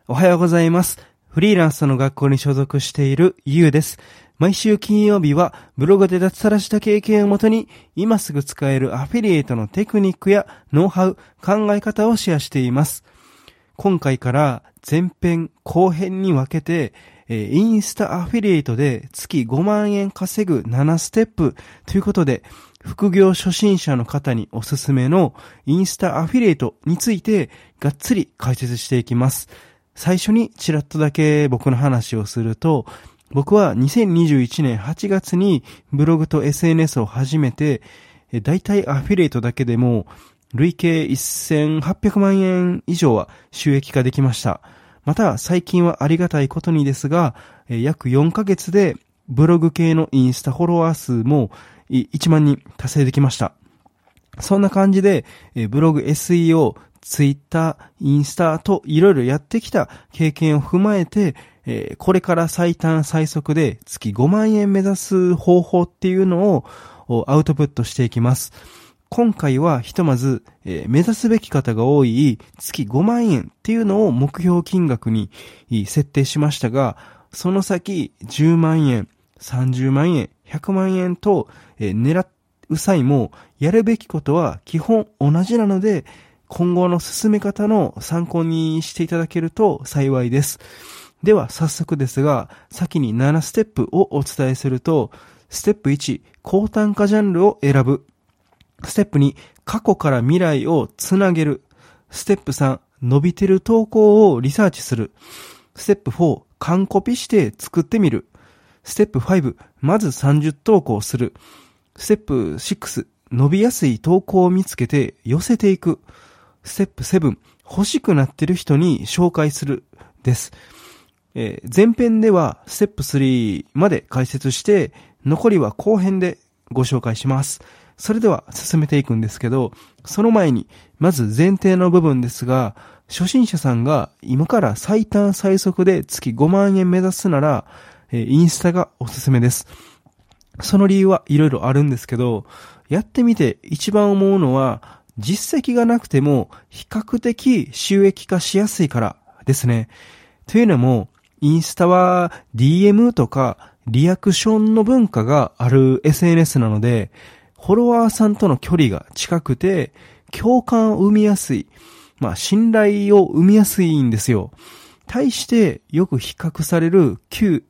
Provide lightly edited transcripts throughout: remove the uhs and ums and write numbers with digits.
おはようございます。フリーランスの学校に所属しているゆうです。毎週金曜日はブログで脱サラした経験をもとに今すぐ使えるアフィリエイトのテクニックやノウハウ、考え方をシェアしています。今回から前編後編に分けてインスタアフィリエイトで月5万円稼ぐ7ステップということで副業初心者の方におすすめのインスタアフィリエイトについてがっつり解説していきます。最初にちらっとだけ僕の話をすると、僕は2021年8月にブログと SNS を始めて、だいたいアフィリエイトだけでも累計1800万円以上は収益化できました。また最近はありがたいことにですが、約4ヶ月でブログ系のインスタフォロワー数も1万人達成できました。そんな感じでブログ SEO、ツイッター、インスタといろいろやってきた経験を踏まえて、これから最短最速で月5万円目指す方法っていうのをアウトプットしていきます。今回はひとまず、目指すべき方が多い月5万円っていうのを目標金額に設定しましたが、その先10万円、30万円、100万円と、狙う際もやるべきことは基本同じなので、今後の進め方の参考にしていただけると幸いです。では早速ですが、先に7ステップをお伝えすると、ステップ1、高単価ジャンルを選ぶ。ステップ2、過去から未来をつなげる。ステップ3、伸びてる投稿をリサーチする。ステップ4、完コピして作ってみる。ステップ5、まず30投稿する。ステップ6、伸びやすい投稿を見つけて寄せていく。ステップ7、欲しくなってる人に紹介するです。前編ではステップ3まで解説して、残りは後編でご紹介します。それでは進めていくんですけど、その前にまず前提の部分ですが、初心者さんが今から最短最速で月5万円目指すなら、インスタがおすすめです。その理由はいろいろあるんですけど、やってみて一番思うのは、実績がなくても比較的収益化しやすいからですね。というのも、インスタは DM とかリアクションの文化がある SNS なので、フォロワーさんとの距離が近くて、共感を生みやすい。信頼を生みやすいんですよ。対してよく比較される旧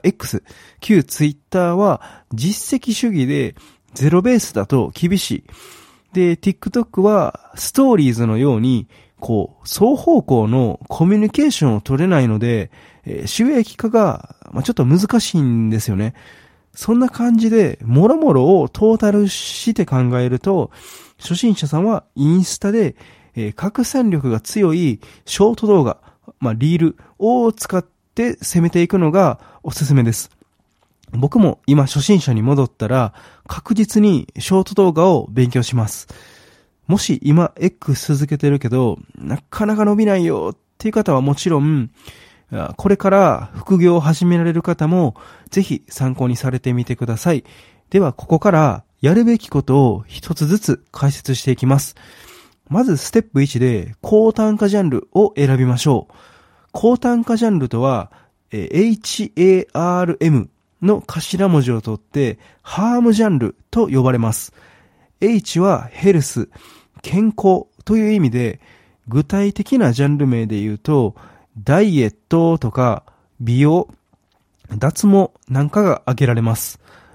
Twitter は実績主義でゼロベースだと厳しい。で、TikTok はストーリーズのように、双方向のコミュニケーションを取れないので、収益化が、ちょっと難しいんですよね。そんな感じで、もろもろをトータルして考えると、初心者さんはインスタで、拡散力が強いショート動画、リールを使って攻めていくのがおすすめです。僕も今初心者に戻ったら確実にショート動画を勉強します。もし今 X 続けてるけどなかなか伸びないよっていう方はもちろん、これから副業を始められる方もぜひ参考にされてみてください。ではここからやるべきことを一つずつ解説していきます。まずステップ1で高単価ジャンルを選びましょう。高単価ジャンルとは、HARMの頭文字を取ってハームジャンルと呼ばれます。H はヘルス、健康という意味で、具体的なジャンル名で言うとダイエットとか美容、脱毛なんかが挙げられます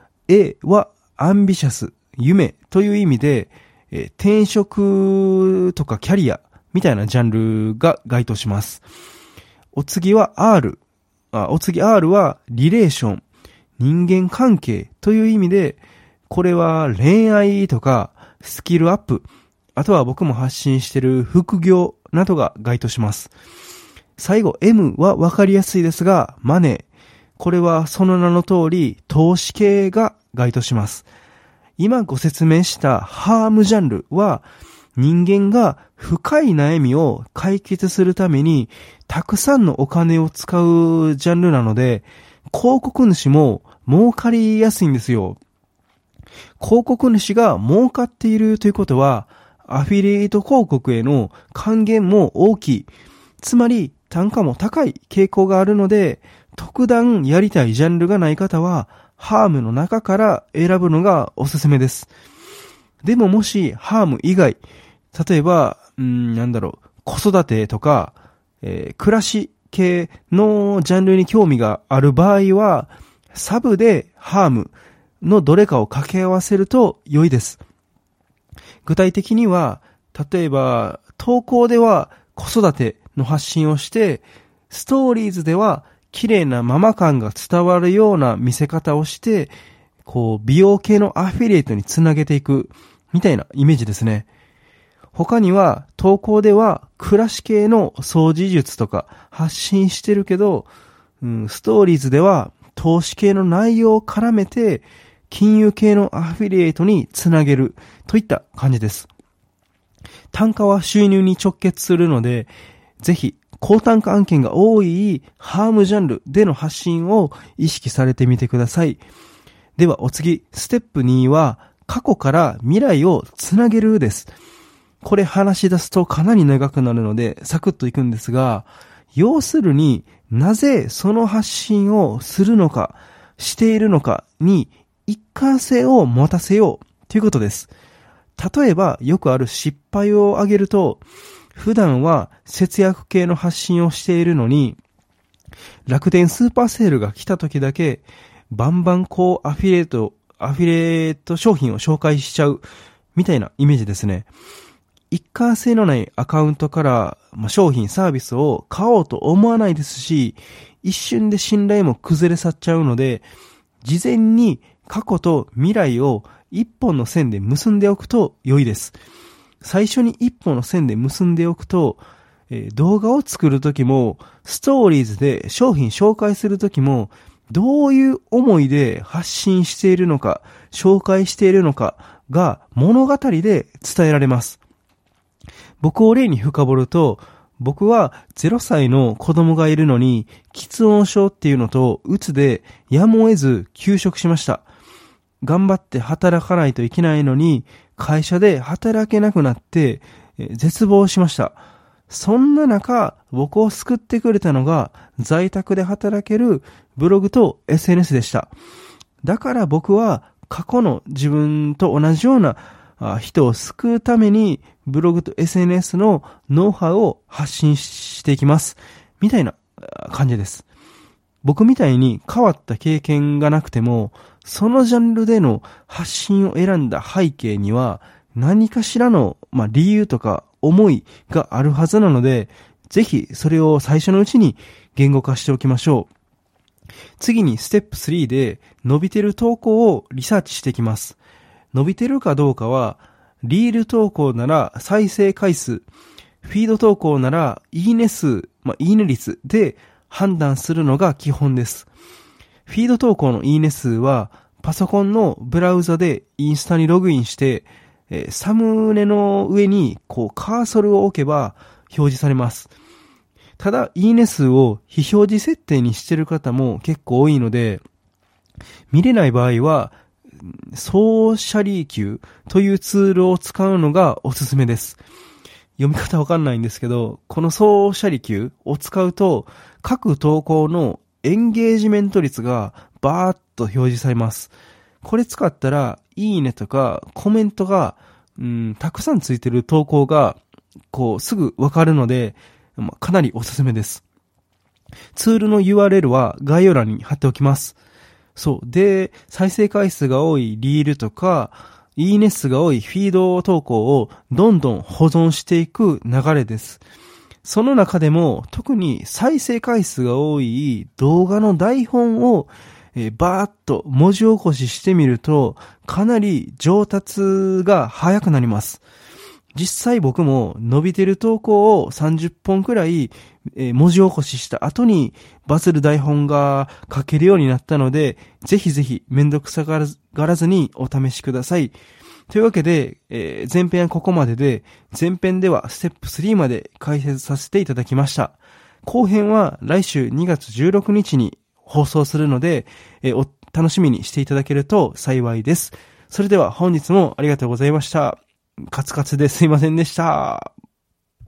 。A はアンビシャス、夢という意味で、転職とかキャリアみたいなジャンルが該当します。お次は R はリレーション、人間関係という意味で、これは恋愛とかスキルアップ、あとは僕も発信している副業などが該当します。最後 M は分かりやすいですが、マネー。これはその名の通り投資系が該当します。今ご説明したハームジャンルは、人間が深い悩みを解決するためにたくさんのお金を使うジャンルなので、広告主も儲かりやすいんですよ。広告主が儲かっているということは、アフィリエイト広告への還元も大きい。つまり、 単価も高い傾向があるので、特段やりたいジャンルがない方は、ハームの中から選ぶのがおすすめです。でももし、ハーム以外、例えば、子育てとか、暮らし系のジャンルに興味がある場合は、サブでハームのどれかを掛け合わせると良いです。具体的には、例えば、投稿では子育ての発信をして、ストーリーズでは綺麗なママ感が伝わるような見せ方をして、美容系のアフィリエイトにつなげていく、みたいなイメージですね。他には、投稿では暮らし系の掃除術とか発信してるけど、ストーリーズでは投資系の内容を絡めて、金融系のアフィリエイトにつなげるといった感じです。単価は収入に直結するので、ぜひ高単価案件が多いハームジャンルでの発信を意識されてみてください。ではお次、ステップ2は過去から未来をつなげるです。これ話し出すとかなり長くなるのでサクッといくんですが、要するになぜその発信をするのか、しているのかに一貫性を持たせようということです。例えばよくある失敗を挙げると、普段は節約系の発信をしているのに、楽天スーパーセールが来た時だけバンバンアフィリエイト商品を紹介しちゃうみたいなイメージですね。一貫性のないアカウントから商品サービスを買おうと思わないですし、一瞬で信頼も崩れ去っちゃうので、事前に過去と未来を一本の線で結んでおくと良いです。最初に一本の線で結んでおくと、動画を作るときも、ストーリーズで商品紹介するときも、どういう思いで発信しているのか、紹介しているのかが物語で伝えられます。僕を例に深掘ると、僕は0歳の子供がいるのに、喫音症っていうのとうつでやむを得ず休職しました。頑張って働かないといけないのに、会社で働けなくなって絶望しました。そんな中、僕を救ってくれたのが在宅で働けるブログと SNS でした。だから僕は過去の自分と同じような人を救うためにブログと SNS のノウハウを発信していきます。みたいな感じです。僕みたいに変わった経験がなくても、そのジャンルでの発信を選んだ背景には何かしらの理由とか思いがあるはずなので、ぜひそれを最初のうちに言語化しておきましょう。次にステップ3で伸びてる投稿をリサーチしていきます。伸びてるかどうかは、リール投稿なら再生回数、フィード投稿ならいいね数、いいね率で判断するのが基本です。フィード投稿のいいね数は、パソコンのブラウザでインスタにログインして、サムネの上にカーソルを置けば表示されます。ただ、いいね数を非表示設定にしている方も結構多いので、見れない場合は、ソーシャリー Q というツールを使うのがおすすめです。読み方わかんないんですけど、このソーシャリ Q を使うと、各投稿のエンゲージメント率がバーッと表示されます。これ使ったら、いいねとかコメントが、たくさんついてる投稿が、すぐわかるので、かなりおすすめです。ツールの URL は概要欄に貼っておきます。そう。で、再生回数が多いリールとか、いいね数が多いフィード投稿をどんどん保存していく流れです。その中でも特に再生回数が多い動画の台本をバーッと文字起こししてみるとかなり上達が早くなります。実際僕も伸びてる投稿を30本くらい文字起こしした後にバズる台本が書けるようになったので、ぜひぜひめんどくさがらずにお試しください。というわけで、前編はここまでで、前編ではステップ3まで解説させていただきました。後編は来週2月16日に放送するので、お楽しみにしていただけると幸いです。それでは本日もありがとうございました。カツカツですいませんでした。